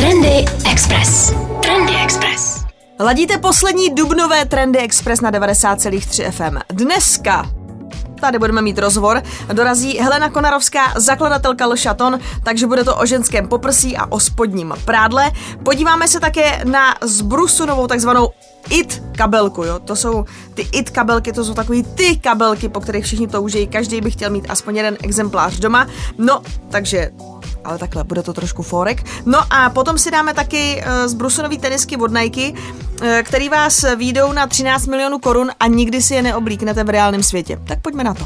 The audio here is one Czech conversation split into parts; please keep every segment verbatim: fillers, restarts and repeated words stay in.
Trendy Express. Trendy Express. Ladíte poslední dubnové Trendy Express na devadesát celá tři F M. Dneska tady budeme mít rozhovor. Dorazí Helena Konarovská, zakladatelka Le Chaton, takže bude to o ženském poprsí a o spodním prádle. Podíváme se také na zbrusu novou takzvanou it kabelku, jo. To jsou ty it kabelky, to jsou takový ty kabelky, po kterých všichni toužejí. Každý by chtěl mít aspoň jeden exemplář doma. No, takže ale takhle, bude to trošku fórek. No a potom si dáme taky uh, zbrusunový tenisky od Nike, uh, který vás výjdou na třináct milionů korun a nikdy si je neoblíknete v reálném světě. Tak pojďme na to.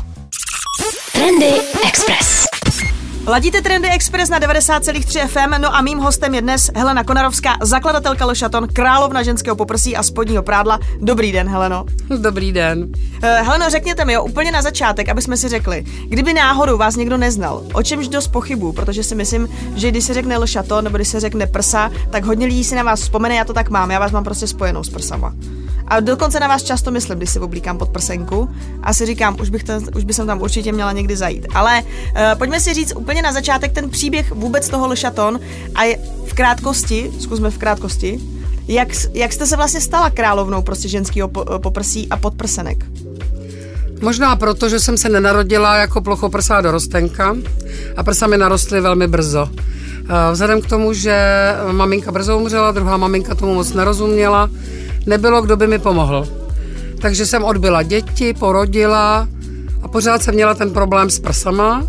Trendy Express. Ladíte Trendy Express na devadesát celá tři F M, no a mým hostem je dnes Helena Konarovská, zakladatelka Le Chaton, královna ženského poprsí a spodního prádla. Dobrý den, Heleno. Dobrý den. Uh, Heleno, řekněte mi, jo, úplně na začátek, aby jsme si řekli, kdyby náhodou vás někdo neznal, o čemž dost pochybuju, protože si myslím, že když se řekne Le Chaton nebo když se řekne prsa, tak hodně lidí si na vás vzpomene, já to tak mám, já vás mám prostě spojenou s prsama. A dokonce na vás často myslím, když si oblíkám pod prsenku a si říkám, už bych, ten, už bych tam určitě měla někdy zajít. Ale uh, pojďme si říct úplně na začátek ten příběh vůbec toho Le Chaton a je v krátkosti, zkusme v krátkosti, jak, jak jste se vlastně stala královnou prostě ženského po, poprsí a podprsenek? Možná proto, že jsem se nenarodila jako plochoprsá dorostenka a prsa mi narostly velmi brzo. Vzhledem k tomu, že maminka brzo umřela, druhá maminka tomu moc nerozuměla, nebylo, kdo by mi pomohl. Takže jsem odbyla děti, porodila a pořád jsem měla ten problém s prsama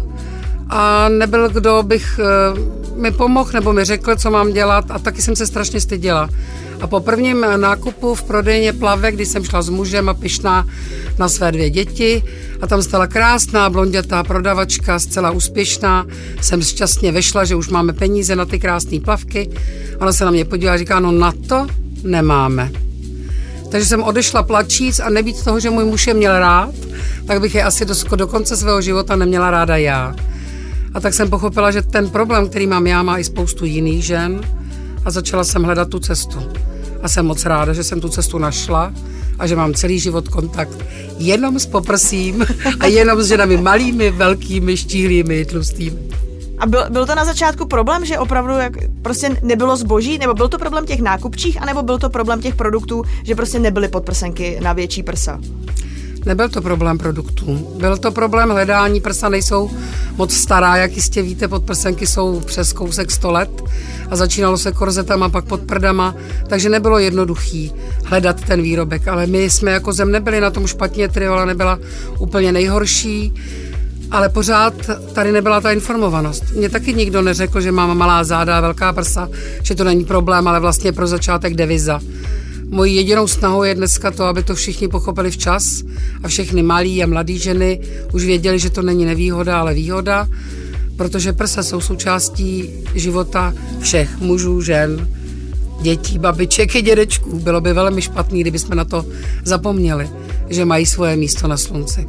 a nebyl, kdo bych e, mi pomohl nebo mi řekl, co mám dělat a taky jsem se strašně styděla. A po prvním nákupu v prodejně Plavek, když jsem šla s mužem a pyšná na své dvě děti a tam stala krásná blondětá prodavačka, zcela úspěšná, jsem šťastně vešla, že už máme peníze na ty krásné plavky. Ona se na mě podívala a říká, no na to nemáme. Takže jsem odešla plačíc a nebýt toho, že můj muž je měl rád, tak bych je asi do, do konce svého života neměla ráda já. A tak jsem pochopila, že ten problém, který mám já, má i spoustu jiných žen a začala jsem hledat tu cestu. A jsem moc ráda, že jsem tu cestu našla a že mám celý život kontakt jenom s poprsím a jenom s ženami malými, velkými, štíhlými, tlustými. A byl, byl to na začátku problém, že opravdu jak, prostě nebylo zboží, nebo byl to problém těch nákupčích, anebo byl to problém těch produktů, že prostě nebyly podprsenky na větší prsa? Nebyl to problém produktů. Byl to problém hledání, prsa nejsou moc stará, jak jistě víte, podprsenky jsou přes kousek sto let a začínalo se korzetama, pak pod prdama, takže nebylo jednoduchý hledat ten výrobek, ale my jsme jako zem nebyli na tom špatně, Triola nebyla úplně nejhorší, ale pořád tady nebyla ta informovanost. Mně taky nikdo neřekl, že mám malá záda a velká prsa, že to není problém, ale vlastně pro začátek deviza. Mojí jedinou snahou je dneska to, aby to všichni pochopili včas a všechny malí a mladý ženy už věděli, že to není nevýhoda, ale výhoda, protože prsa jsou součástí života všech mužů, žen, dětí, babiček i dědečků. Bylo by velmi špatný, kdyby jsme na to zapomněli, že mají svoje místo na slunci.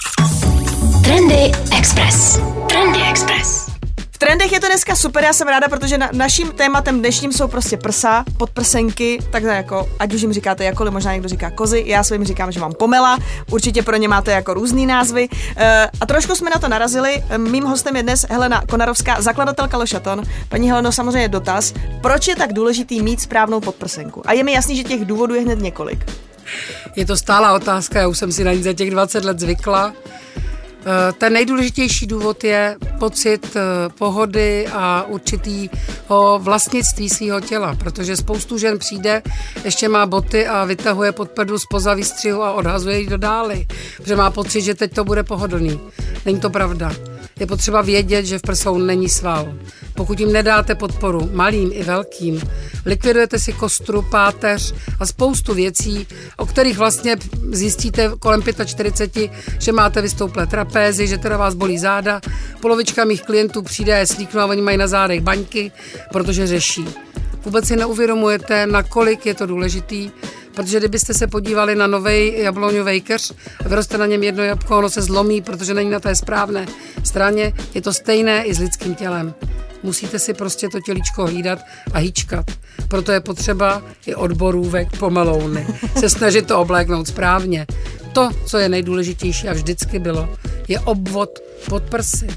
Trendy Express. Trendy Express. V trendech je to dneska super, já jsem ráda, protože na, naším tématem dnešním jsou prostě prsa, podprsenky, takhle jako, ať už jim říkáte jakkoliv, možná někdo říká kozy, já svým říkám, že mám pomela, určitě pro ně máte jako různý názvy. E, a trošku jsme na to narazili, mým hostem je dnes Helena Konarovská, zakladatelka Le Chaton. Paní Heleno, samozřejmě dotaz, proč je tak důležitý mít správnou podprsenku? A je mi jasný, že těch důvodů je hned několik. Je to stálá otázka, já už jsem si na ní za těch dvacet let zvykla. Ten nejdůležitější důvod je pocit pohody a určitýho vlastnictví svého těla, protože spoustu žen přijde, ještě má boty a vytahuje podprdu zpoza výstřihu a odhazuje ji do dály, protože má pocit, že teď to bude pohodlný. Není to pravda. Je potřeba vědět, že v prsou není sval. Pokud jim nedáte podporu, malým i velkým, likvidujete si kostru, páteř a spoustu věcí, o kterých vlastně zjistíte kolem čtyřicet pět, že máte vystouplé trapézy, že teda vás bolí záda. Polovička mých klientů přijde a je slíknu a oni mají na zádech baňky, protože řeší. Vůbec si neuvědomujete, nakolik je to důležitý, protože kdybyste se podívali na novej jabloňový keř, vyroste na něm jedno jabko, ono se zlomí, protože není na té správné straně, je to stejné i s lidským tělem. Musíte si prostě to tělíčko hlídat a hýčkat. Proto je potřeba i odborůvek pomelouny. Se snažit to obléknout správně. To, co je nejdůležitější a vždycky bylo, je obvod pod prsy.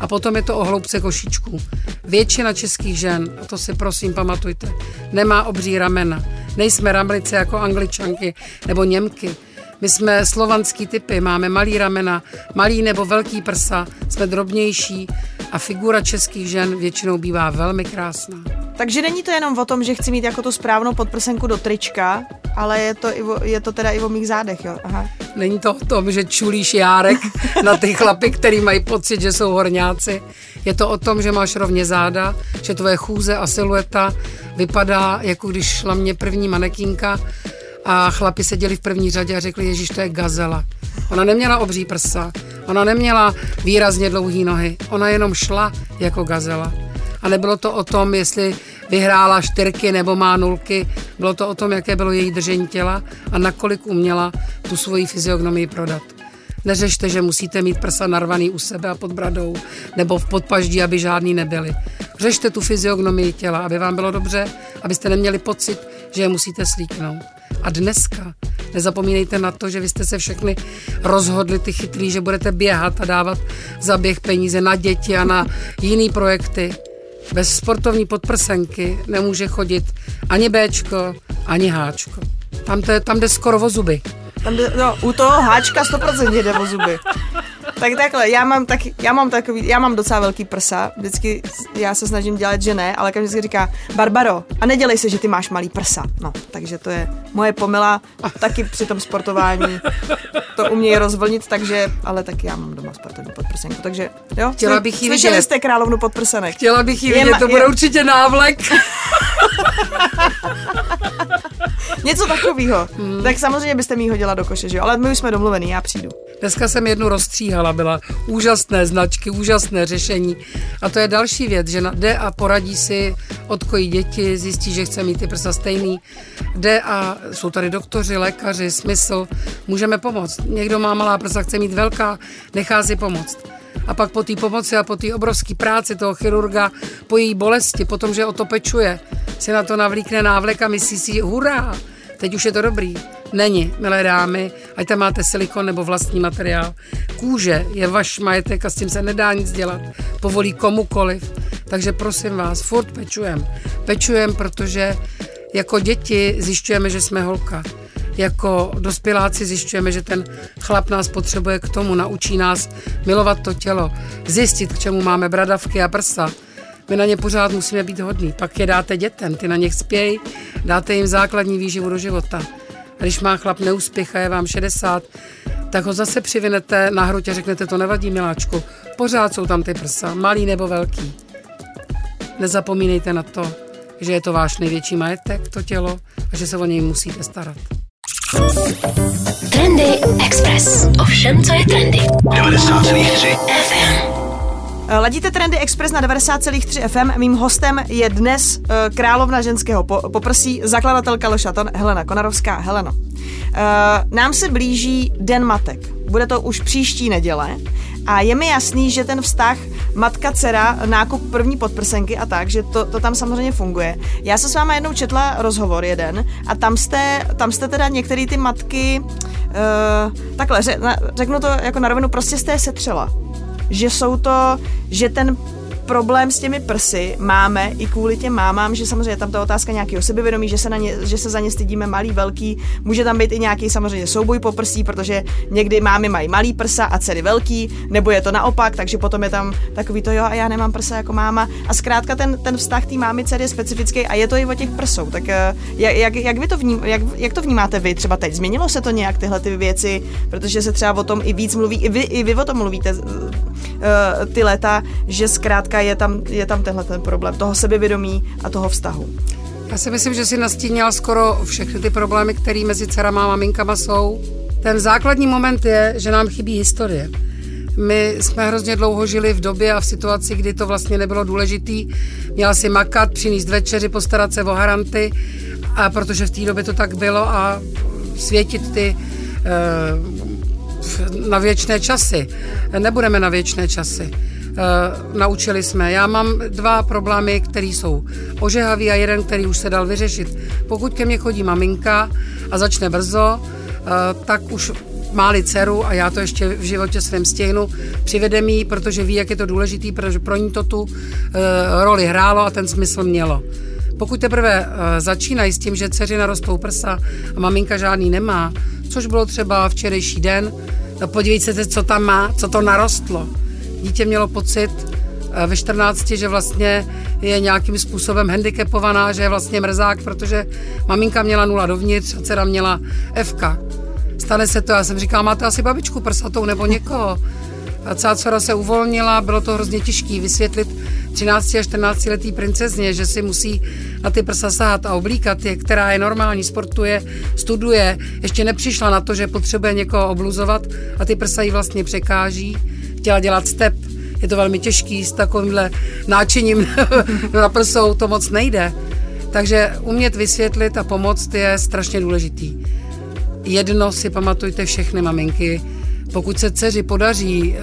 A potom je to o hloubce košíčků. Většina českých žen, a to si prosím pamatujte, nemá obří ramena. Nejsme ramlice jako Angličanky nebo Němky. My jsme slovanský typy, máme malý ramena, malý nebo velký prsa, jsme drobnější a figura českých žen většinou bývá velmi krásná. Takže není to jenom o tom, že chci mít jako tu správnou podprsenku do trička, ale je to, i o, je to teda i o mých zádech, jo? Aha. Není to o tom, že čulíš járek na ty chlapy, který mají pocit, že jsou horňáci. Je to o tom, že máš rovně záda, že tvoje chůze a silueta vypadá, jako když šla mě první manekínka a chlapi seděli v první řadě a řekli, ježiš, to je gazela. Ona neměla obří prsa, ona neměla výrazně dlouhý nohy, ona jenom šla jako gazela. A nebylo to o tom, jestli vyhrála čtyřky nebo má nulky, bylo to o tom, jaké bylo její držení těla a nakolik uměla tu svoji fyziognomii prodat. Neřešte, že musíte mít prsa narvaný u sebe a pod bradou nebo v podpaždí, aby žádný nebyli. Řešte tu fyziognomii těla, aby vám bylo dobře, abyste neměli pocit, že je musíte slíknout. A dneska nezapomínejte na to, že vy jste se všechny rozhodli, ty chytrý, že budete běhat a dávat za běh peníze na děti a na jiný projekty. Bez sportovní podprsenky nemůže chodit ani Béčko, ani Háčko. Tam, to, tam jde skoro o zuby. Tam jde, no, u toho Háčka sto procent jde o zuby. Tak takhle, já mám, tak, já mám takový, já mám docela velký prsa, vždycky já se snažím dělat, že ne, ale každý vždycky říká, Barbaro, a nedělej se, že ty máš malý prsa. No, takže to je moje pomyla, taky při tom sportování to umějí rozvlnit, takže, ale taky já mám doma sportovní podprsenku, takže jo. Chtěla bych jí Slyšeli vidět. Jste královnu podprsenek. Chtěla bych jí vidět, to bude je... určitě návlek. Něco takového. Hmm. Tak samozřejmě byste mi ji hodila do koše, že jo? Ale my už jsme domluvený, já přijdu. Dneska jsem jednu rozstříhala, byla úžasné značky, úžasné řešení. A to je další věc, že jde a poradí si, odkojí děti, zjistí, že chce mít ty prsa stejný. Jde a jsou tady doktoři, lékaři, smysl, můžeme pomoct. Někdo má malá prsa, chce mít velká, nechá si pomoct. A pak po té pomoci a po té obrovské práci toho chirurga, po její bolesti, potom, že o to pečuje, si na to navlíkne návlek a myslí si, hurá, teď už je to dobrý. Není, milé dámy, ať tam máte silikon nebo vlastní materiál. Kůže je váš majetek a s tím se nedá nic dělat. Povolí komukoliv. Takže prosím vás, furt pečujem. Pečujem, protože jako děti zjišťujeme, že jsme holka. Jako dospěláci zjišťujeme, že ten chlap nás potřebuje k tomu, naučí nás milovat to tělo, zjistit, k čemu máme bradavky a prsa. My na ně pořád musíme být hodní. Pak je dáte dětem, ty na něch spěj, dáte jim základní výživu do života. A když má chlap neúspěch a je vám šedesát, tak ho zase přivinete na hruď a řeknete, to nevadí, miláčku, pořád jsou tam ty prsa, malý nebo velký. Nezapomínejte na to, že je to váš největší majetek, to tělo, a že se o něj musíte starat. Trendy Express. Ovšem, co je trendy. devadesát celá tři F M. Ladíte Trendy Express na devadesát celá tři F M. Mým hostem je dnes uh, královna ženského po- poprsí, zakladatelka Le Chaton Helena Konarovská. Heleno, uh, nám se blíží Den matek. Bude to už příští neděle a je mi jasný, že ten vztah matka-dcera, nákup první podprsenky a tak, že to, to tam samozřejmě funguje. Já jsem s váma jednou četla rozhovor jeden a tam jste, tam jste teda některé ty matky, uh, takhle, řeknu to jako na rovinu, prostě jste je setřela. Že jsou to, že ten problém s těmi prsy máme i kvůli těm mámám, že samozřejmě tam ta otázka nějakého sebevědomí, že se, na ně, že se za ně stydíme malý, velký, může tam být i nějaký samozřejmě souboj po prsí, protože někdy mámy mají malý prsa a dcery velký, nebo je to naopak, takže potom je tam takový to jo a já nemám prsa jako máma a zkrátka ten, ten vztah té mámy dcery je specifický a je to i o těch prsou, tak jak, jak, jak, vy to vním, jak, jak to vnímáte vy třeba teď? Změnilo se to nějak tyhle ty věci, protože se třeba o tom i víc mluví, i vy, i vy o tom mluvíte ty léta, že zkrátka je tam, je tam tenhle ten problém toho sebevědomí a toho vztahu. Já si myslím, že si nastínila skoro všechny ty problémy, které mezi dcerama a maminkama jsou. Ten základní moment je, že nám chybí historie. My jsme hrozně dlouho žili v době a v situaci, kdy to vlastně nebylo důležitý. Měla si makat, přinést večeři, postarat se o haranty, a protože v té době to tak bylo a světit ty e, na věčné časy. Nebudeme na věčné časy. Uh, naučili jsme. Já mám dva problémy, které jsou ožehavý a jeden, který už se dal vyřešit. Pokud ke mně chodí maminka a začne brzo, uh, tak už máli dceru a já to ještě v životě svém stihnu, přivedem jí, protože ví, jak je to důležitý, protože pro ní to tu uh, roli hrálo a ten smysl mělo. Pokud teprve uh, začínají s tím, že dceři narostou prsa a maminka žádný nemá, což bylo třeba včerejší den, no podívejte se, co tam má, co to narostlo. Dítě mělo pocit uh, ve čtrnácti, že vlastně je nějakým způsobem handicapovaná, že je vlastně mrzák, protože maminka měla nula dovnitř a dcera měla Fka. Stane se to, já jsem říkala, máte asi babičku prsatou nebo někoho. A celá dcera se uvolnila, bylo to hrozně těžké vysvětlit třinácti až čtrnácti letý princezně, že si musí na ty prsa sahat a oblíkat je, která je normální, sportuje, studuje, ještě nepřišla na to, že potřebuje někoho obluzovat a ty prsa jí vlastně překáží. Chtěla dělat step, je to velmi těžký, s takovýmhle náčiním na prsou to moc nejde. Takže umět vysvětlit a pomoct je strašně důležitý. Jedno si pamatujte všechny maminky, pokud se dceři podaří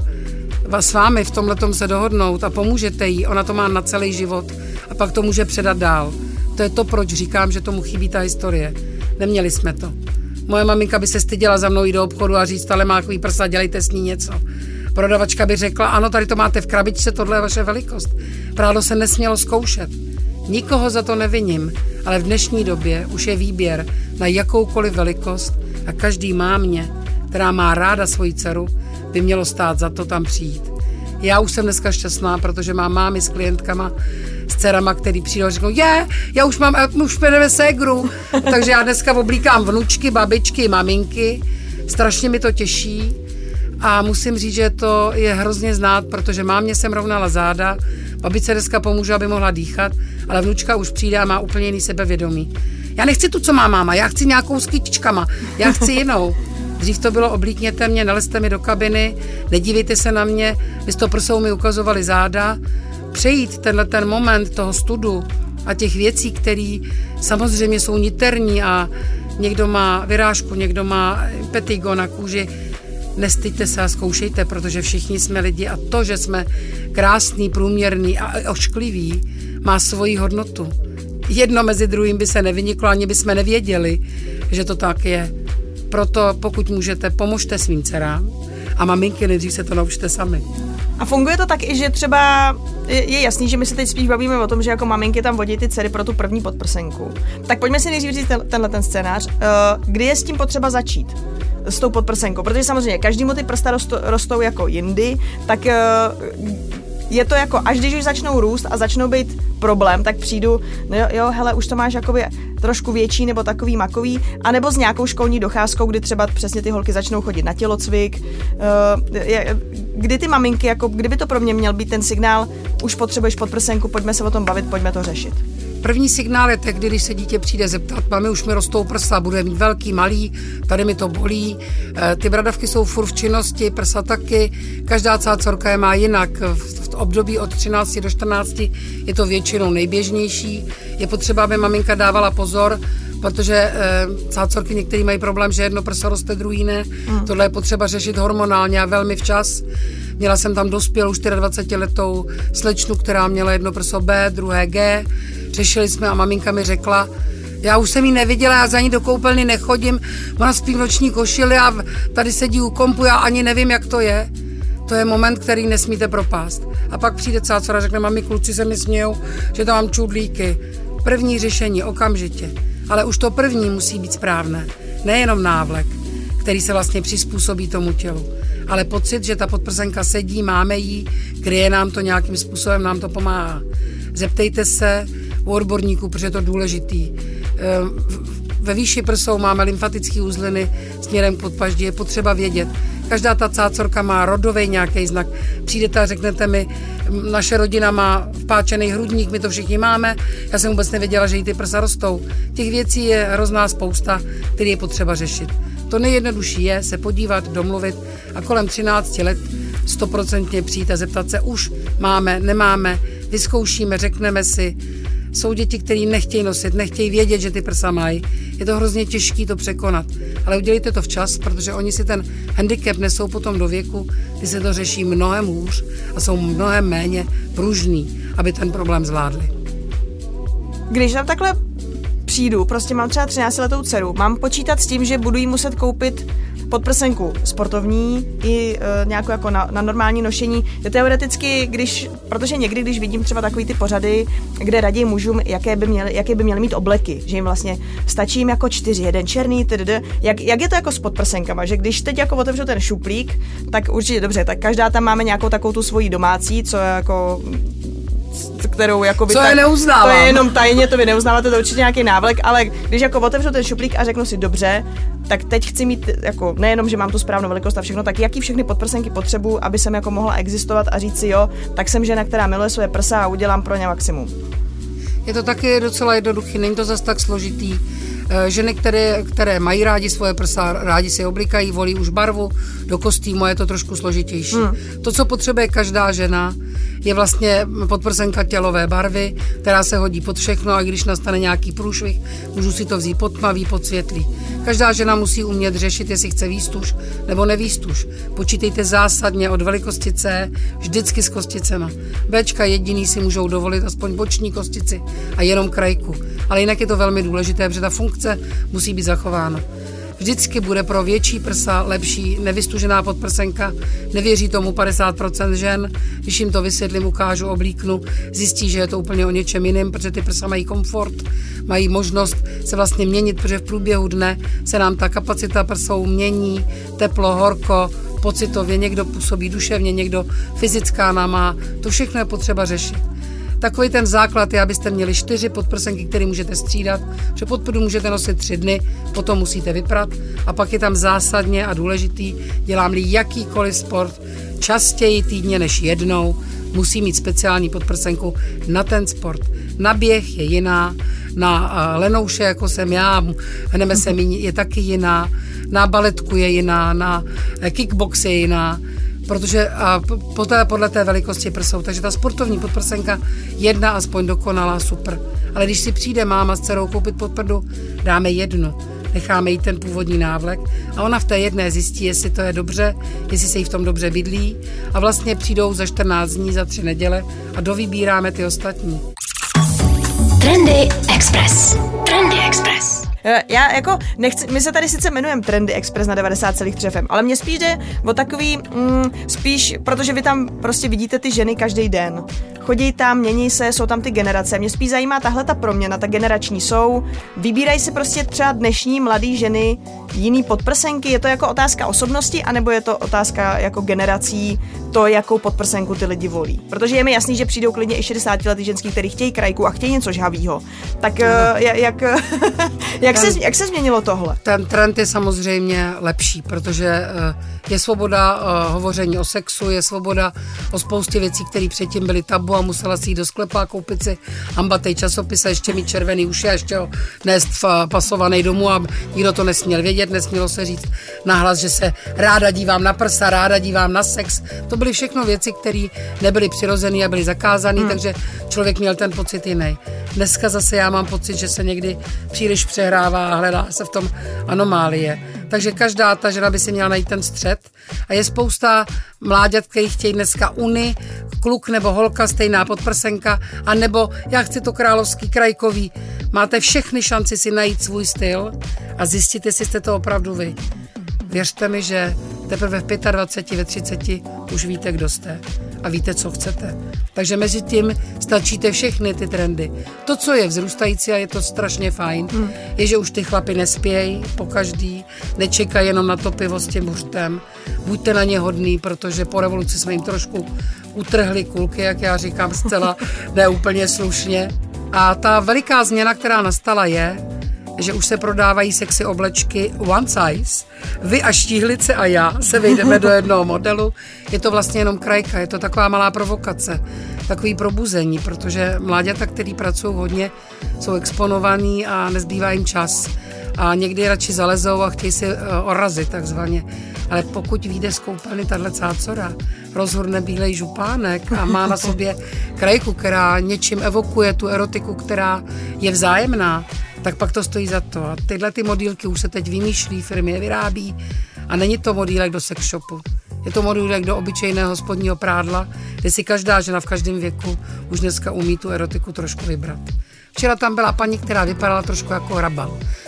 uh, s vámi v tomhletom se dohodnout a pomůžete jí, ona to má na celý život a pak to může předat dál. To je to, proč říkám, že tomu chybí ta historie. Neměli jsme to. Moje maminka by se styděla za mnou jít do obchodu a říct, ale má takový prsa, dělejte s ní něco. Prodavačka by řekla, ano, tady to máte v krabičce, tohle je vaše velikost. Prádlo se nesmělo zkoušet. Nikoho za to neviním, ale v dnešní době už je výběr na jakoukoliv velikost a každý mámě, která má ráda svoji dceru, by mělo stát za to tam přijít. Já už jsem dneska šťastná, protože mám mámy s klientkama, s dcerama, který přijdou a řeknou, je, já už mám, už jmenujeme ségru, takže já dneska oblíkám vnučky, babičky, maminky, strašně mi to těší a musím říct, že to je hrozně znát, protože mámě jsem rovnala záda, babičce dneska pomůžu, aby mohla dýchat, ale vnučka už přijde a má úplně jiný sebevědomí. Já nechci tu, co má máma, já chci nějakou s kytičkama, já chci jinou. Dřív to bylo oblíkněte mě, nalezte mi do kabiny, nedívejte se na mě, vy s to prsou mi ukazovali záda. Přejít tenhle ten moment toho studu a těch věcí, které samozřejmě jsou niterní a někdo má vyrážku, někdo má petigo na kůži, nestyďte se a zkoušejte, protože všichni jsme lidi a to, že jsme krásný, průměrný a ošklivý, má svoji hodnotu. Jedno mezi druhým by se nevyniklo, ani bychom nevěděli, že to tak je. Proto pokud můžete, pomožte svým dcerám a maminky, nejdřív se to naučte sami. A funguje to tak i, že třeba je, je jasný, že my se teď spíš bavíme o tom, že jako maminky tam vodí ty dcery pro tu první podprsenku. Tak pojďme si nejdřív říct ten, tenhle ten scénář. Uh, kdy je s tím potřeba začít? S tou podprsenkou? Protože samozřejmě každému ty prsta rostou, rostou jako jindy, tak uh, je to jako, až když už začnou růst a začnou být problém, tak přijdu, no jo, jo, hele, už to máš jakoby trošku větší nebo takový makový, anebo s nějakou školní docházkou, kdy třeba přesně ty holky začnou chodit na tělocvik. Uh, je, kdy ty maminky, jako kdyby to pro mě měl být ten signál, už potřebuješ podprsenku, pojďme se o tom bavit, pojďme to řešit. První signál je tehdy, když se dítě přijde zeptat, mami, už mi rostou prsa, bude mít velký, malý, tady mi to bolí. Ty bradavky jsou furt v činnosti, prsa taky, každá cácorka je má jinak. V období od třinácti do čtrnácti je to většinou nejběžnější. Je potřeba, aby maminka dávala pozor, protože cácorky některý mají problém, že jedno prso roste, druhý ne. Mm. Tohle je potřeba řešit hormonálně a velmi včas. Měla jsem tam dospělou čtyřicetiletou slečnu, která měla jedno prso B, druhé G. Řešili jsme a maminka mi řekla, já už jsem ji neviděla, já za ní do koupelny nechodím, ona spí v noční košili a tady sedí u kompu, já ani nevím, jak to je. To je moment, který nesmíte propást. A pak přijde cácora a řekne, mami, kluci se mi smějou, že tam mám čudlíky. První řešení okamžitě. Ale už to první musí být správné. Nejenom návlek, který se vlastně přizpůsobí tomu tělu. Ale pocit, že ta podprsenka sedí, máme ji, kryje nám to nějakým způsobem, nám to pomáhá. Zeptejte se u odborníků, protože je to důležitý. Ve výši prsou máme lymfatické uzliny směrem k podpaždí, je potřeba vědět. Každá ta cácorka má rodový nějaký znak. Přijdete a řeknete mi, naše rodina má vpáčený hrudník, my to všichni máme, já jsem vůbec nevěděla, že jí ty prsa rostou. Těch věcí je hrozná spousta, které je potřeba řešit. To nejjednodušší je se podívat, domluvit a kolem třinácti let stoprocentně přijít a zeptat se, už máme, nemáme, vyzkoušíme, řekneme si. Jsou děti, které nechtějí nosit, nechtějí vědět, že ty prsa mají. Je to hrozně těžké to překonat. Ale udělejte to včas, protože oni si ten handicap nesou potom do věku, kdy se to řeší mnohem hůř a jsou mnohem méně pružný, aby ten problém zvládli. Když tam takhle přijdu, prostě mám třeba třináctiletou dceru, mám počítat s tím, že budu jí muset koupit podprsenku sportovní i e, nějakou jako na, na normální nošení. Je teoreticky, když, protože někdy, když vidím třeba takový ty pořady, kde radí mužům, jaké by měly, jaké by měly mít obleky, že jim vlastně stačí jim jako čtyři, jeden černý, tdd. Jak, jak je to jako s podprsenkama, že když teď jako otevřu ten šuplík, tak určitě dobře, tak každá tam máme nějakou takovou tu svoji domácí, co je jako kterou jako co je neuznávám. To je jenom tajně, to vy neuznáváte, to je určitě nějaký návlek, ale když jako otevřu ten šuplík a řeknu si dobře, tak teď chci mít jako nejenom, že mám tu správnou velikost a všechno, tak jaký všechny podprsenky potřebuju, aby jsem jako mohla existovat a říct si jo, tak jsem žena, která miluje své prsa a udělám pro ně maximum. Je to taky docela jednoduchý, není to zas tak složitý. Ženy, které, které mají rádi svoje prsa, rádi si je oblikají, volí už barvu, do kostýmu je to trošku složitější. Hmm. To, co potřebuje každá žena, je vlastně podprsenka tělové barvy, která se hodí pod všechno a když nastane nějaký průšvih, můžu si to vzít pod tmavý, pod světlý. Každá žena musí umět řešit, jestli chce výstuž nebo nevýstuž. Počítejte zásadně od velikosti C vždycky s kosticema. Bčka jediný si můžou dovolit aspoň boční kostici a jenom krajku. Ale jinak je to velmi důležité, protože ta funkce musí být zachována. Vždycky bude pro větší prsa lepší nevystužená podprsenka. Nevěří tomu padesát procent žen. Když jim to vysvětlím, ukážu, oblíknu, zjistí, že je to úplně o něčem jiném, protože ty prsa mají komfort, mají možnost se vlastně měnit, protože v průběhu dne se nám ta kapacita prsou mění, teplo, horko, pocitově, někdo působí duševně, někdo fyzická náma. To všechno je potřeba řešit. Takový ten základ je, abyste měli čtyři podprsenky, které můžete střídat, že podprdu můžete nosit tři dny, potom musíte vyprat a pak je tam zásadně a důležitý, dělám-li jakýkoliv sport, častěji týdně než jednou, musí mít speciální podprsenku na ten sport. Na běh je jiná, na lenouše, jako jsem já, hneme se míň, je taky jiná, na baletku je jiná, na kickbox je jiná, protože a poté podle té velikosti prsou. Takže ta sportovní podprsenka jedna aspoň dokonalá, super. Ale když si přijde máma s dcerou koupit podprdu, dáme jednu. Necháme jí ten původní návlek a ona v té jedné zjistí, jestli to je dobře, jestli se jí v tom dobře bydlí a vlastně přijdou za čtrnáct dní, za tři neděle a dovybíráme ty ostatní. Trendy Express. Trendy Express. Já jako nechci, my se tady sice jmenujeme Trendy Express na devadesát celá tři F M, ale mně spíš jde o takový, mm, spíš, protože vy tam prostě vidíte ty ženy každý den. Chodí tam, mění se, jsou tam ty generace. Mě spíš zajímá tahle ta proměna, ta generační jsou. Vybírají si prostě třeba dnešní mladý ženy jiný podprsenky. Je to jako otázka osobnosti, anebo je to otázka jako generací, to, jakou podprsenku ty lidi volí. Protože je mi jasný, že přijdou klidně i šedesátiletý ženský, který chtějí krajku a chtějí něco žhavýho. Tak no. jak, jak, se, jak se změnilo tohle? Ten trend je samozřejmě lepší, protože je svoboda hovoření o sexu, je svoboda o spoustě věcí, které předtím byly tabu a musela si jít do sklepa a koupit si ambatej časopis a ještě mít červený uši a ještě ho nést pasovaný domů a nikdo to nesměl vědět, nesmělo se říct nahlas, že se ráda dívám na prsa, ráda dívám na sex. To byly všechno věci, které nebyly přirozené a byly zakázané, hmm. takže člověk měl ten pocit jiný. Dneska zase já mám pocit, že se někdy příliš přehrává a hledá se v tom anomálie. Takže každá ta žena by si měla najít ten střed a je spousta mláďat, který chtějí dneska uni, kluk nebo holka, stejná podprsenka, a nebo já chci to královský krajkový. Máte všechny šanci si najít svůj styl a zjistit, jestli jste to opravdu vy. Věřte mi, že teprve v dvaceti pěti, ve třiceti už víte, kdo jste a víte, co chcete. Takže mezi tím stačíte všechny ty trendy. To, co je vzrůstající a je to strašně fajn, mm. je, že už ty chlapy nespějí po každý, nečekají jenom na to pivo s tím hurtem. Buďte na ně hodný, protože po revoluci jsme jim trošku utrhli kulky, jak já říkám, zcela neúplně slušně. A ta veliká změna, která nastala, je, že už se prodávají sexy oblečky one size. Vy a štíhlice a já se vejdeme do jednoho modelu. Je to vlastně jenom krajka, je to taková malá provokace, takový probuzení, protože mláďata, který pracují hodně, jsou exponovaný a nezbývá jim čas. A někdy radši zalezou a chtějí si orazit takzvaně. Ale pokud vyjde z koupelny tahle cácora, rozhodne bílej župánek a má na sobě krajku, která něčím evokuje tu erotiku, která je vzájemná, tak pak to stojí za to. A tyhle ty modílky už se teď vymýšlí, firmy je vyrábí a není to modílek do sex shopu. Je to modílek do obyčejného spodního prádla, kde si každá žena v každém věku už dneska umí tu erotiku trošku vybrat. Včera tam byla paní, která vypadala trošku jako rabal.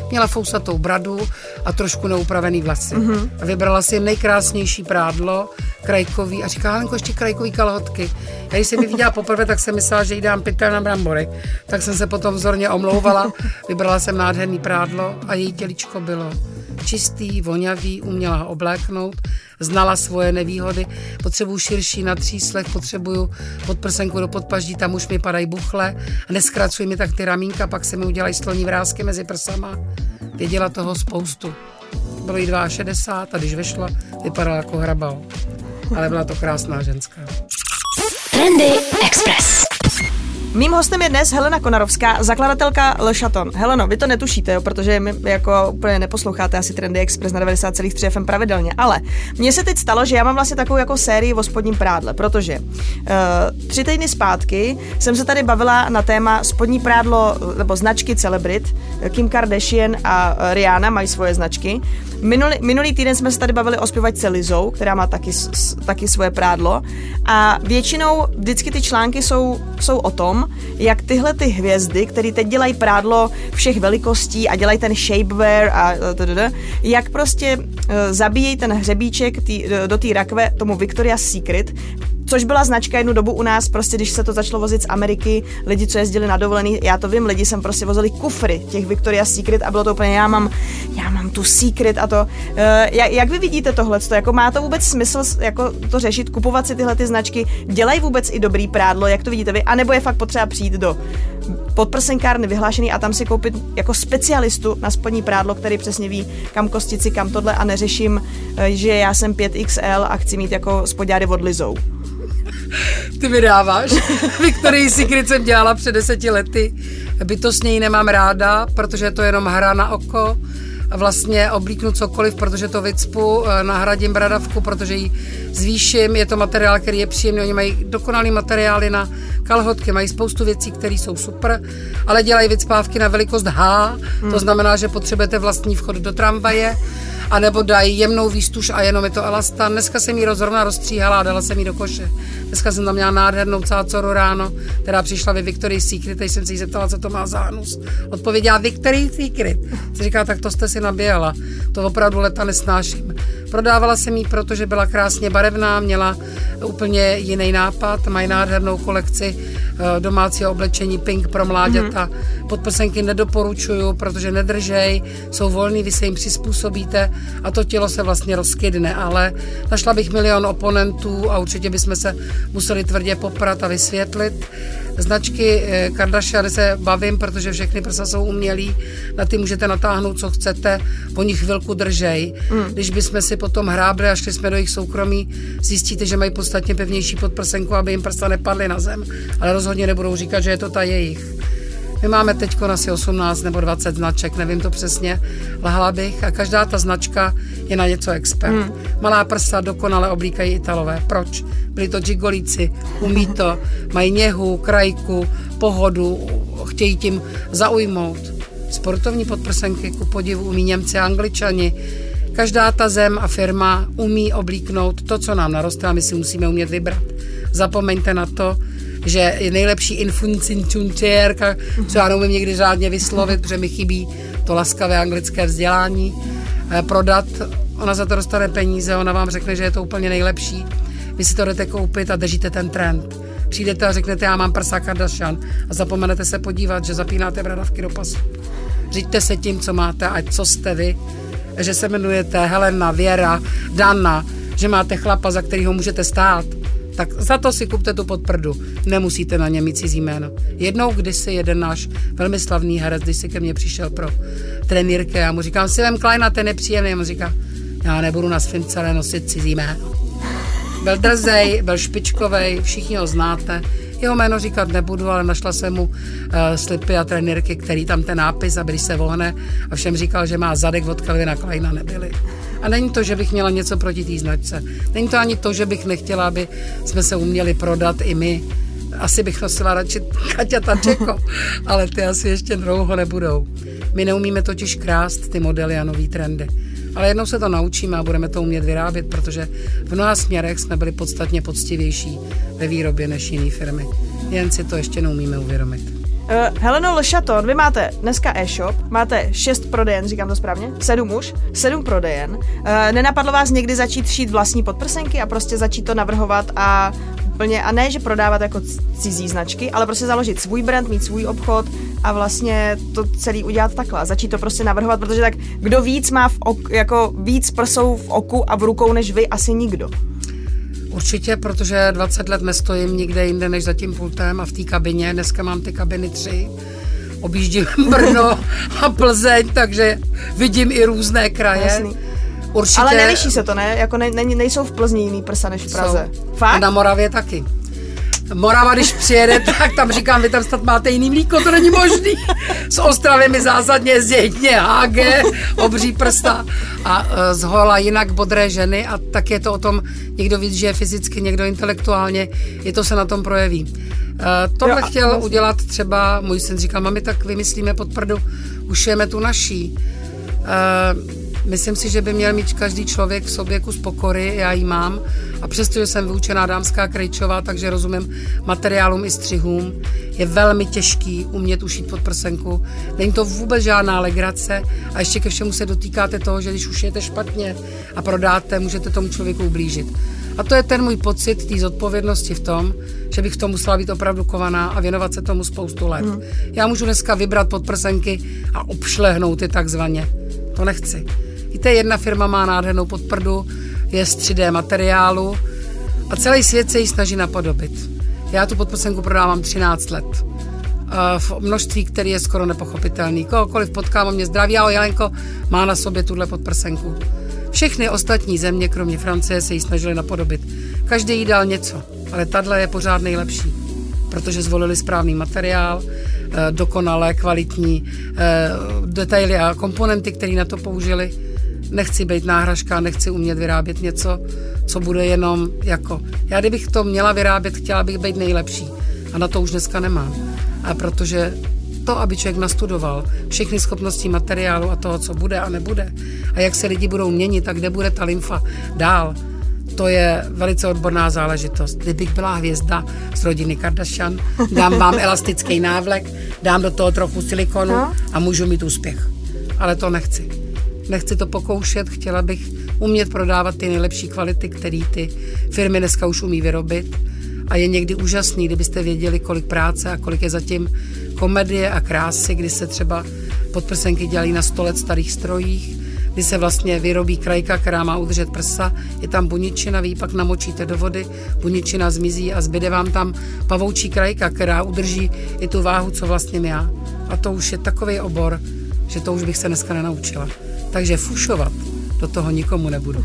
Měla fousatou bradu a trošku neupravený vlasy. Mm-hmm. A vybrala si nejkrásnější prádlo, krajkový, a říká, Helenko, ještě krajkový kalhotky. Já když jsem ji viděla poprvé, tak jsem myslela, že jí dám pytel na brambory. Tak jsem se potom vzorně omlouvala, vybrala jsem nádherný prádlo a její těličko bylo čistý, vonavý, uměla ho obléknout, znala svoje nevýhody, potřebuju širší na tříslech, potřebuju podprsenku do podpaždí, tam už mi padají buchle, neskracují mi tak ty ramínka, pak se mi udělají sloní vrásky mezi prsama. Věděla toho spoustu. Bylo jí šedesát dva a když vešla, vypadala jako hrabal. Ale byla to krásná ženská. Trendy Express. Mým hostem je dnes Helena Konarovská, zakladatelka Le Chaton. Heleno, vy to netušíte, jo, protože my jako úplně neposloucháte asi Trendy Express na devadesát celá tři ef em pravidelně, ale mně se teď stalo, že já mám vlastně takovou jako sérii o spodním prádle, protože uh, tři týdny zpátky jsem se tady bavila na téma spodní prádlo, nebo značky celebrit. Kim Kardashian a Rihanna mají svoje značky. Minulý, minulý týden jsme se tady bavili o zpěvačce Lizou, která má taky, taky svoje prádlo, a většinou vždycky ty články jsou, jsou o tom, jak tyhle ty hvězdy, které teď dělají prádlo všech velikostí a dělají ten shapewear a td., jak prostě zabíjejí ten hřebíček tý, do té rakve tomu Victoria's Secret, což byla značka jednu dobu u nás, prostě když se to začalo vozit z Ameriky, lidi, co jezdili na dovolený, já to vím, lidi sem prostě vozili kufry těch Victoria's Secret a bylo to úplně, já mám, já mám tu Secret a to. Uh, jak, jak vy vidíte tohleto? Jako má to vůbec smysl jako to řešit, kupovat si tyhle ty značky? Dělají vůbec i dobrý prádlo, jak to vidíte vy? A nebo je fakt potřeba přijít do podprsenkárny vyhlášený a tam si koupit jako specialistu na spodní prádlo, který přesně ví, kam kostici, kam tohle, a neřeším, že já jsem pět iks el a chci mít jako spodňáry od Lizou. Ty mi dáváš. Victoria's Secret jsem dělala před deseti lety. Bytostně ji nemám ráda, protože je to jenom hra na oko. Vlastně oblíknu cokoliv, protože to vycpu, nahradím bradavku, protože ji zvýším. Je to materiál, který je příjemný. Oni mají dokonalý materiály na kalhotky, mají spoustu věcí, které jsou super, ale dělají vycpávky na velikost H, hmm. to znamená, že potřebujete vlastní vchod do tramvaje, anebo dají jemnou výstuž a jenom je to elastan. Dneska jsem ji zrovna rozstříhala a dala jsem ji do koše. Dneska jsem tam měla nádhernou cácoru ráno, která přišla ve Victoria's Secret, teď jsem se jí zeptala, co to má za hnus. Odpověděla Victoria's Secret. Jsem říkala, tak to jste si naběhla. To opravdu leta nesnáším. Prodávala jsem ji, protože byla krásně barevná, měla úplně jiný nápad, mají nádhernou kolekci domácího oblečení pink pro mláďata. Mm-hmm. Podprsenky nedoporučuju, protože nedržej, jsou volný, vy se jim přizpůsobíte a to tělo se vlastně rozkydne, ale našla bych milion oponentů a určitě bychom se museli tvrdě poprat a vysvětlit. Značky Kardashian se bavím, protože všechny prsa jsou umělý, na ty můžete natáhnout, co chcete, oni chvilku držej. Mm. Když bychom si potom hrábli a šli jsme do jejich soukromí, zjistíte, že mají podstatně pevnější podprsenku, aby jim prsa nepadly na zem, ale rozhodně nebudou říkat, že je to ta jejich. My máme teď asi osmnáct nebo dvacet značek, nevím to přesně, lhala bych, a každá ta značka je na něco expert. Hmm. Malá prsa dokonale oblíkají Italové. Proč? Byli to gigolíci, umí to, mají něhu, krajku, pohodu, chtějí tím zaujmout. Sportovní podprsenky ku podivu umí Němci a Angličani. Každá ta zem a firma umí oblíknout to, co nám naroste, a my si musíme umět vybrat. Zapomeňte na to, že je nejlepší infuncinciunčérka, co já neumím někdy řádně vyslovit, protože mi chybí to laskavé anglické vzdělání, prodat. Ona za to dostane peníze, ona vám řekne, že je to úplně nejlepší. Vy si to jdete koupit a držíte ten trend. Přijdete a řeknete, já mám prsa Kardashian, a zapomenete se podívat, že zapínáte bradavky do pasu. Řiďte se tím, co máte a co jste vy, že se jmenujete Helena, Věra, Dana, že máte chlapa, za kterýho můžete stát. Tak za to si kupte tu podprdu. Nemusíte na něm mít cizí jméno. Jednou kdysi jeden náš velmi slavný herec, když si ke mně přišel pro trenýrky, já mu říkám, Silem Kleina, ten je nepříjemný. A on říká, já nebudu na svým celé nosit cizí jméno. Byl drzej, byl špičkovej, všichni ho znáte. Jeho jméno říkat nebudu, ale našla jsem mu uh, slipy a trenýrky, který tam ten nápis, aby když se vohne, a všem říkal, že má zadek od Calvina Kleina, nebyly. A není to, že bych měla něco proti té značce. Není to ani to, že bych nechtěla, aby jsme se uměli prodat i my. Asi bych nosila radši Kaťa Tačeko, ale ty asi ještě dlouho nebudou. My neumíme totiž krást ty modely a nový trendy. Ale jednou se to naučíme a budeme to umět vyrábět, protože v mnoha směrech jsme byli podstatně poctivější ve výrobě než jiné firmy. Jen si to ještě neumíme uvědomit. Uh, Heleno Le Chaton, vy máte dneska e-shop, máte šest prodejen, říkám to správně? Sedm už? Sedm prodejen. Uh, nenapadlo vás někdy začít šít vlastní podprsenky a prostě začít to navrhovat a úplně, a ne, že prodávat jako cizí značky, ale prostě založit svůj brand, mít svůj obchod a vlastně to celý udělat takhle. Začít to prostě navrhovat, protože tak kdo víc má v ok, jako víc prsou v oku a v rukou než vy, asi nikdo. Určitě, protože dvacet let nestojím nikde jinde než za tím pultem a v té kabině. Dneska mám ty kabiny tři. Objíždím Brno a Plzeň, takže vidím i různé kraje. Jasný. Určitě... Ale neliší se to, ne? Jako ne, ne, nejsou v Plzni jiný prsa než v Praze. Jsou. Fakt? A na Moravě taky. Morava, když přijede, tak tam říkám, vy tam snad máte jiný mlíko, to není možný. Z Ostravy mi zásadně zjedně há gé, obří prsta a z hola jinak bodré ženy a tak je to o tom, někdo víc žije fyzicky, někdo intelektuálně, je to se na tom projeví. Uh, tohle jo, chtěl vlastně udělat třeba, můj syn říkal, mami, tak vymyslíme pod prdu, ušijeme tu naší. Uh, Myslím si, že by měl mít každý člověk v sobě kus pokory, já ji mám. A přestože jsem vyučená dámská krejčová, takže rozumím materiálům i střihům, je velmi těžký umět ušít podprsenku. Není to vůbec žádná legrace a ještě ke všemu se dotýkáte toho, že když ušijete špatně a prodáte, můžete tomu člověku ublížit. A to je ten můj pocit té zodpovědnosti v tom, že bych v tom musela být opravdu kovaná a věnovat se tomu spoustu let. Hmm. Já můžu dneska vybrat podprsenky a obšlehnout je takzvaně. To nechci. Víte, jedna firma má nádhernou podprdu, je z tři dé materiálu a celý svět se jí snaží napodobit. Já tu podprsenku prodávám třináct let. V množství, který je skoro nepochopitelný. Kohokoliv potkám, mě zdraví, ahoj Jelenko, má na sobě tuhle podprsenku. Všechny ostatní země, kromě Francie, se jí snažili napodobit. Každý jí dal něco, ale tahle je pořád nejlepší, protože zvolili správný materiál, dokonalé, kvalitní detaily a komponenty, které na to použili. Nechci být náhražka, nechci umět vyrábět něco, co bude jenom jako... Já kdybych to měla vyrábět, chtěla bych být nejlepší. A na to už dneska nemám. A protože to, aby člověk nastudoval všechny schopnosti materiálu a toho, co bude a nebude, a jak se lidi budou měnit a kde bude ta lymfa dál, to je velice odborná záležitost. Kdybych byla hvězda z rodiny Kardashian, dám vám elastický návlek, dám do toho trochu silikonu a můžu mít úspěch. Ale to nechci. Nechci to pokoušet, chtěla bych umět prodávat ty nejlepší kvality, které ty firmy dneska už umí vyrobit. A je někdy úžasný, kdybyste věděli, kolik práce a kolik je zatím komedie a krásy, kdy se třeba podprsenky dělají na sto let starých strojích, kdy se vlastně vyrobí krajka, která má udržet prsa, je tam buničina, vy ji pak namočíte do vody, buničina zmizí a zbyde vám tam pavoučí krajka, která udrží i tu váhu, co vlastně já. A to už je takový obor, že to už bych se dneska nenaučila. Takže fušovat do toho nikomu nebudu.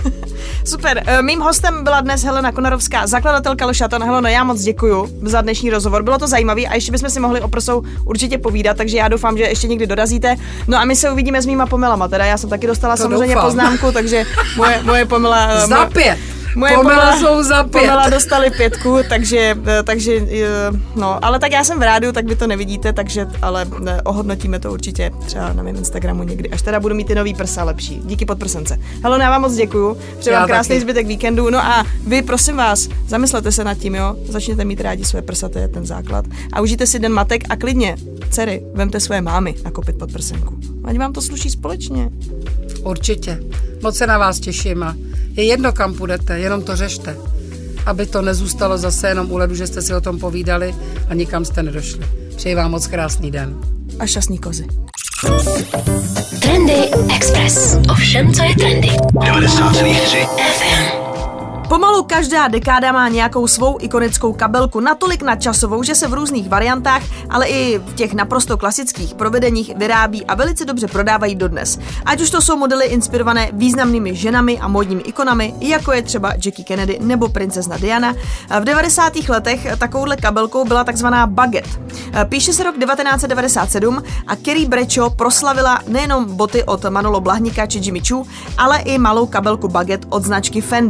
Super. Mým hostem byla dnes Helena Konarovská, zakladatelka Le Chaton. Heleno, já moc děkuju za dnešní rozhovor. Bylo to zajímavý a ještě bychom si mohli o prsou určitě povídat, takže já doufám, že ještě někdy dorazíte. No a my se uvidíme s mýma pomylama. Teda já jsem taky dostala to samozřejmě doufám. Poznámku, takže moje, moje pomyla... Za pět. Moje pomela jsou za pět. Pomela dostali pětku, takže, takže, no, ale tak já jsem v rádiu, tak vy to nevidíte, takže, ale ohodnotíme to určitě třeba na mém Instagramu někdy, až teda budu mít ty nový prsa lepší. Díky podprsence. Heleno, já vám moc děkuju, přeji vám krásný taky. Zbytek víkendu, no a vy, prosím vás, zamyslete se nad tím, jo, začněte mít rádi své prsa, to je ten základ. A užijte si den matek a klidně, dcery, vemte své mámy nakopit podprsenku. Ať vám to sluší společně. Určitě. Moc se na vás těším a je jedno, kam půjdete, jenom to řešte. Aby to nezůstalo zase jenom u ledu, že jste si o tom povídali a nikam jste nedošli. Přeji vám moc krásný den. A šťastný kozy. Trendy Express. O všem, co je trendy. devadesát celá tři ef em. Pomalu každá dekáda má nějakou svou ikonickou kabelku, natolik nadčasovou, že se v různých variantách, ale i v těch naprosto klasických provedeních vyrábí a velice dobře prodávají dodnes. Ať už to jsou modely inspirované významnými ženami a módními ikonami, jako je třeba Jackie Kennedy nebo princezna Diana. V devadesátých letech takovouhle kabelkou byla takzvaná baguette. Píše se rok devatenáct set devadesát sedm a Carrie Bradshaw proslavila nejenom boty od Manolo Blahnika či Jimmy Choo, ale i malou kabelku baguette od značky Fendi.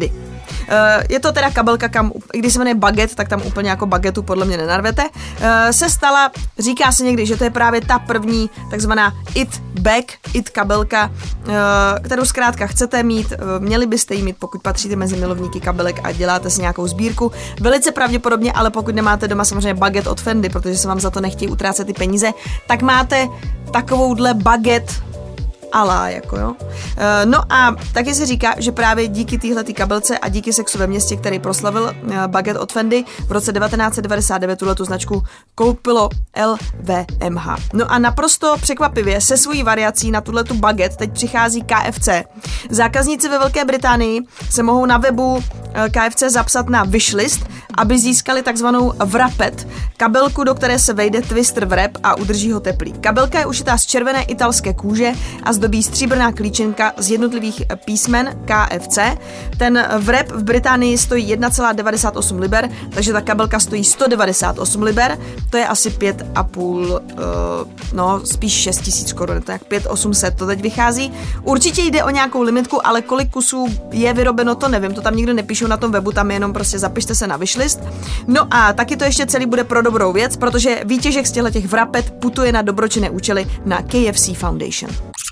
je to teda kabelka, kam, i když se jmenuje baget, tak tam úplně jako bagetu podle mě nenarvete, se stala, říká se někdy, že to je právě ta první takzvaná it bag, it kabelka, kterou zkrátka chcete mít, měli byste ji mít, pokud patříte mezi milovníky kabelek a děláte si nějakou sbírku. Velice pravděpodobně, ale pokud nemáte doma samozřejmě baget od Fendi, protože se vám za to nechtějí utrácet ty peníze, tak máte takovouhle baget alá, jako jo. No a taky se říká, že právě díky téhletý kabelce a díky Sexu ve městě, který proslavil baget od Fendi, v roce devatenáct set devadesát devět tuhletu značku koupilo L V M H. No a naprosto překvapivě se svojí variací na tuhletu baget teď přichází K F C. Zákazníci ve Velké Británii se mohou na webu K F C zapsat na wishlist, aby získali takzvanou wrapet, kabelku, do které se vejde twister wrap a udrží ho teplý. Kabelka je ušitá z červené italské kůže a zdobí stříbrná klíčenka z jednotlivých písmen K F C. Ten wrap v Británii stojí jedna celá devadesát osm liber, takže ta kabelka stojí sto devadesát osm liber, to je asi pět a půl, uh, no spíš šest tisíc korun, to je jak pět osm set to teď vychází. Určitě jde o nějakou limitku, ale kolik kusů je vyrobeno, to nevím, to tam nikdo nepíšou na tom webu, tam jenom prostě zapište se na wishlist. No a taky to ještě celý bude pro dobrou věc, protože výtěžek z těch wrapet putuje na dobročinné účely na K F C Foundation.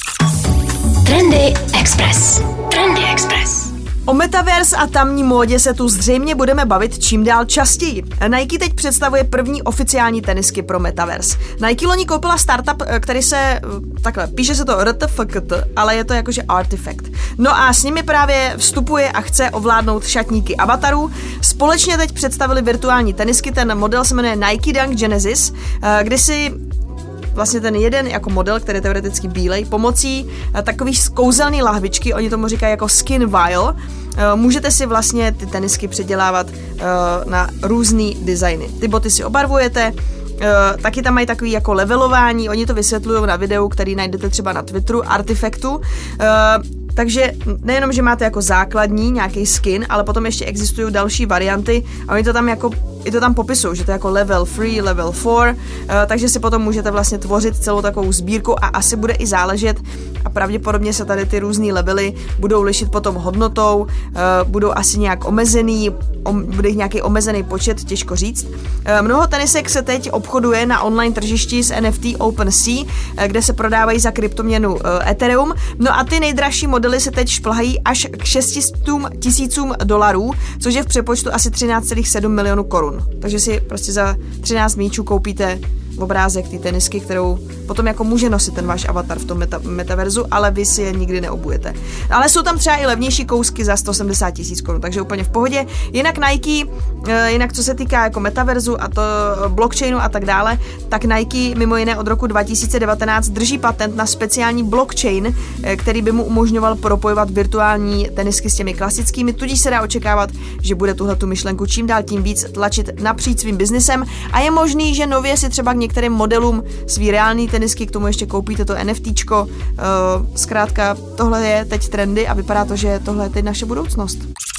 Trendy Express. Trendy Express. O metaverse a tamní módě se tu zřejmě budeme bavit čím dál častěji. Nike teď představuje první oficiální tenisky pro metaverse. Nike loni koupila startup, který se, takhle, píše se to R T F K T, ale je to jakože Artifact. No a s nimi právě vstupuje a chce ovládnout šatníky avatarů. Společně teď představili virtuální tenisky, ten model se jmenuje Nike Dunk Genesis, kdy si vlastně ten jeden jako model, který je teoreticky bílej, pomocí takových kouzelný lahvičky, oni tomu říkají jako skin vial, můžete si vlastně ty tenisky předělávat na různý designy. Ty boty si obarvujete, taky tam mají takový jako levelování, oni to vysvětlují na videu, který najdete třeba na Twitteru, Artifactu. Takže nejenom, že máte jako základní nějaký skin, ale potom ještě existují další varianty a oni to tam jako i to tam popisují, že to je jako level tři, level čtyři, uh, takže si potom můžete vlastně tvořit celou takovou sbírku a asi bude i záležet a pravděpodobně se tady ty různý levely budou lišit potom hodnotou, uh, budou asi nějak omezený, om, bude jich nějaký omezený počet, těžko říct. Uh, mnoho tenisek se teď obchoduje na online tržišti s N F T OpenSea, uh, kde se prodávají za kryptoměnu uh, Ethereum, no a ty nejdražší modely se teď šplhají až k šest set tisícům dolarů, což je v přepočtu asi třináct celá sedm milionů korun. Takže si prostě za třináct míčů koupíte obrázek té tenisky, kterou potom jako může nosit ten váš avatar v tom meta- metaverzu, ale vy si je nikdy neobujete. Ale jsou tam třeba i levnější kousky za sto sedmdesát tisíc korun, takže úplně v pohodě. Jinak Nike, jinak co se týká jako metaverzu a to blockchainu a tak dále, tak Nike mimo jiné od roku dva tisíce devatenáct drží patent na speciální blockchain, který by mu umožňoval propojovat virtuální tenisky s těmi klasickými, tudíž se dá očekávat, že bude tuhletu myšlenku čím dál tím víc tlačit napříč svým biznisem a je možný, že nově si třeba k některým modelům svý reální tenisky, k tomu ještě koupíte to NFTčko. Uh, zkrátka, tohle je teď trendy a vypadá to, že tohle je teď naše budoucnost.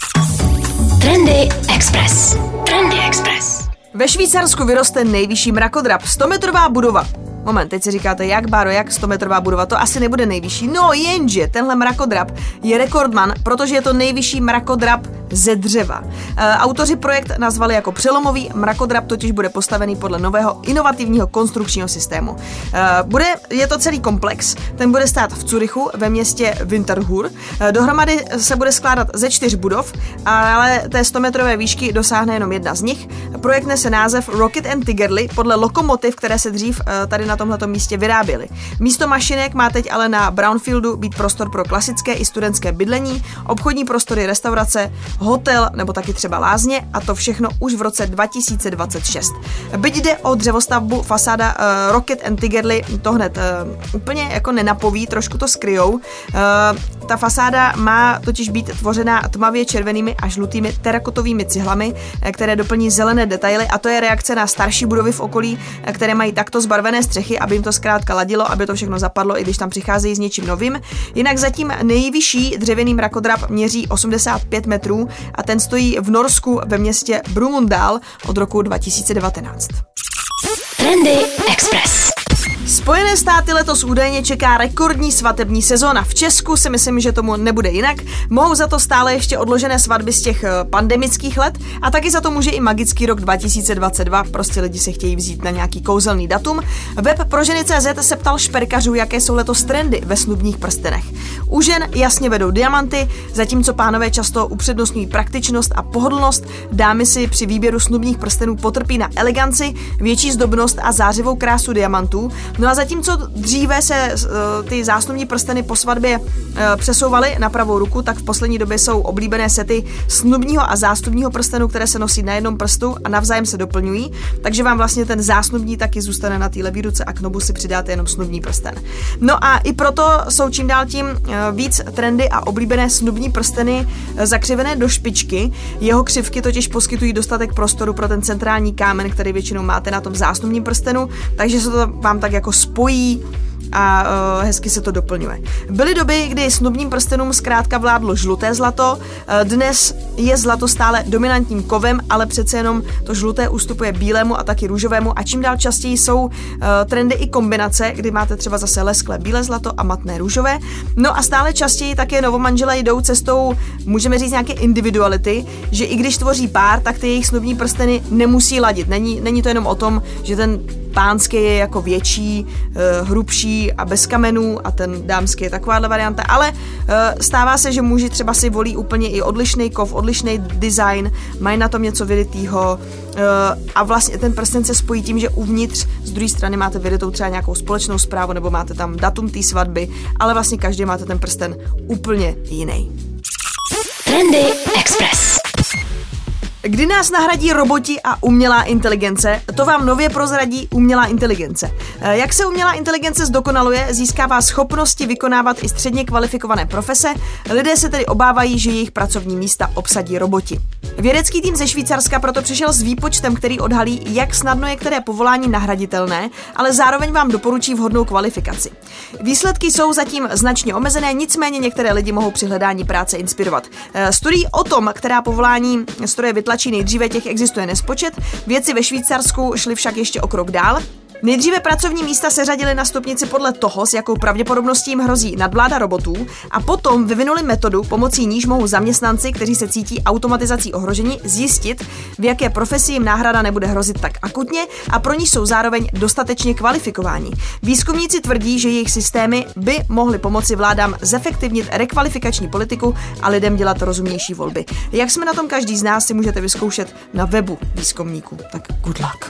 Trendy Express. Trendy Express. Ve Švýcarsku vyroste nejvyšší mrakodrap, stometrová budova. Moment, teď si říkáte, jak Báro, jak stometrová budova, to asi nebude nejvyšší. No jenže tenhle mrakodrap je rekordman, protože je to nejvyšší mrakodrap ze dřeva. E, autoři projekt nazvali jako přelomový, mrakodrap totiž bude postavený podle nového inovativního konstrukčního systému. E, bude, je to celý komplex, ten bude stát v Curychu ve městě Winterthur. E, dohromady se bude skládat ze čtyř budov, ale té stometrové výšky dosáhne jenom jedna z nich. Projekt nese název Rocket and Tigerly podle lokomotiv, které se dřív e, tady na tomhletom místě vyráběly. Místo mašinek má teď ale na Brownfieldu být prostor pro klasické i studentské bydlení, obchodní prostory, restaurace, hotel nebo taky třeba lázně a to všechno už v roce dva tisíce dvacet šest. Byť jde o dřevostavbu, fasáda uh, Rocket and Tigerly to hned uh, úplně jako nenapoví, trošku to skryjou. Uh, ta fasáda má totiž být tvořená tmavě červenými a žlutými terakotovými cihlami, které doplní zelené detaily a to je reakce na starší budovy v okolí, které mají takto zbarvené střechy, aby jim to zkrátka ladilo, aby to všechno zapadlo, i když tam přicházejí s něčím novým. Jinak zatím nejvyšší dřevěný mrakodrap měří osmdesát pět metrů a ten stojí v Norsku ve městě Brumunddal od roku dva tisíce devatenáct. Trendy Express. Spojené Mnohé státy letos údajně čeká rekordní svatební sezóna. V Česku si myslím, že tomu nebude jinak. Mohou za to stále ještě odložené svatby z těch pandemických let a taky za to může i magický rok dva tisíce dvacet dva. Prostě lidi se chtějí vzít na nějaký kouzelný datum. Web pro ženy tečka cé zet se ptal šperkařů, jaké jsou letos trendy ve snubních prstenech. U žen jasně vedou diamanty, zatímco pánové často upřednostňují praktičnost a pohodlnost. Dámy si při výběru snubních prstenů potrpí na eleganci, větší zdobnost a zářivou krásu diamantů. No a zatímco dříve se uh, ty zásnubní prsteny po svatbě uh, přesouvaly na pravou ruku, tak v poslední době jsou oblíbené sety snubního a zástupního prstenu, které se nosí na jednom prstu a navzájem se doplňují, takže vám vlastně ten zásnubní taky zůstane na té levé ruce a k nobu si přidáte jenom snubní prsten. No a i proto jsou čím dál tím uh, víc trendy a oblíbené snubní prsteny uh, zakřivené do špičky. Jeho křivky totiž poskytují dostatek prostoru pro ten centrální kámen, který většinou máte na tom zásnubním prstenu, takže se to vám tak jako spojí a uh, hezky se to doplňuje. Byly doby, kdy snubním prstenům zkrátka vládlo žluté zlato, uh, dnes je zlato stále dominantním kovem, ale přece jenom to žluté ustupuje bílému a taky růžovému a čím dál častěji jsou uh, trendy i kombinace, kdy máte třeba zase lesklé bílé zlato a matné růžové. No a stále častěji také novomanželé jdou cestou, můžeme říct, nějaké individuality, že i když tvoří pár, tak ty jejich snubní prsteny nemusí ladit. Není, není to jenom o tom, že ten pánský je jako větší, hrubší a bez kamenů a ten dámský je takováhle varianta, ale stává se, že muži třeba si volí úplně i odlišný kov, odlišný design, mají na tom něco vyrytýho a vlastně ten prsten se spojí tím, že uvnitř z druhé strany máte vyrytou třeba nějakou společnou zprávu nebo máte tam datum té svatby, ale vlastně každý máte ten prsten úplně jiný. Trendy Express. Kdy nás nahradí roboti a umělá inteligence, to vám nově prozradí umělá inteligence. Jak se umělá inteligence zdokonaluje, získává schopnosti vykonávat i středně kvalifikované profese, lidé se tedy obávají, že jejich pracovní místa obsadí roboti. Vědecký tým ze Švýcarska proto přišel s výpočtem, který odhalí, jak snadno je které povolání nahraditelné, ale zároveň vám doporučí vhodnou kvalifikaci. Výsledky jsou zatím značně omezené, nicméně některé lidi mohou při hledání práce inspirovat. Studií o tom, která povolání stroje vytlačí nejdříve, těch existuje nespočet. Vědci ve Švýcarsku šli však ještě o krok dál. Nejdříve pracovní místa se řadily na stupnici podle toho, s jakou pravděpodobností jim hrozí nadvláda robotů, a potom vyvinuli metodu, pomocí níž mohou zaměstnanci, kteří se cítí automatizací ohroženi, zjistit, v jaké profesi jim náhrada nebude hrozit tak akutně a pro ní jsou zároveň dostatečně kvalifikováni. Výzkumníci tvrdí, že jejich systémy by mohly pomoci vládám zefektivnit rekvalifikační politiku a lidem dělat rozumnější volby. Jak jsme na tom každý z nás, si můžete vyzkoušet na webu výzkumníků. Tak good luck.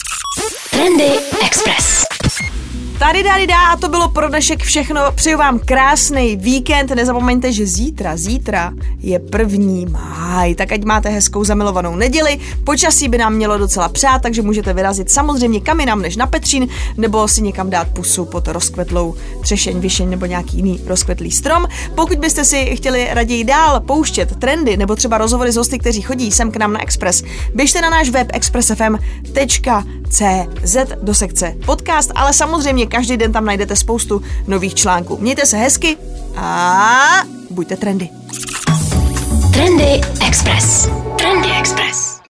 Trendy Express. Tady dáli dá a to bylo pro dnešek všechno. Přeju vám krásný víkend. Nezapomeňte, že zítra, zítra je první máj. Tak ať máte hezkou zamilovanou neděli. Počasí by nám mělo docela přát, takže můžete vyrazit samozřejmě kam jinam než na Petřín, nebo si někam dát pusu pod rozkvetlou třešeň, višeň nebo nějaký jiný rozkvetlý strom. Pokud byste si chtěli raději dál pouštět trendy nebo třeba rozhovory s hosty, kteří chodí sem k nám na Express, běžte na náš web express f m tečka c z do sekce podcast, ale samozřejmě každý den tam najdete spoustu nových článků. Mějte se hezky a buďte trendy. Trendy Express. Trendy Express.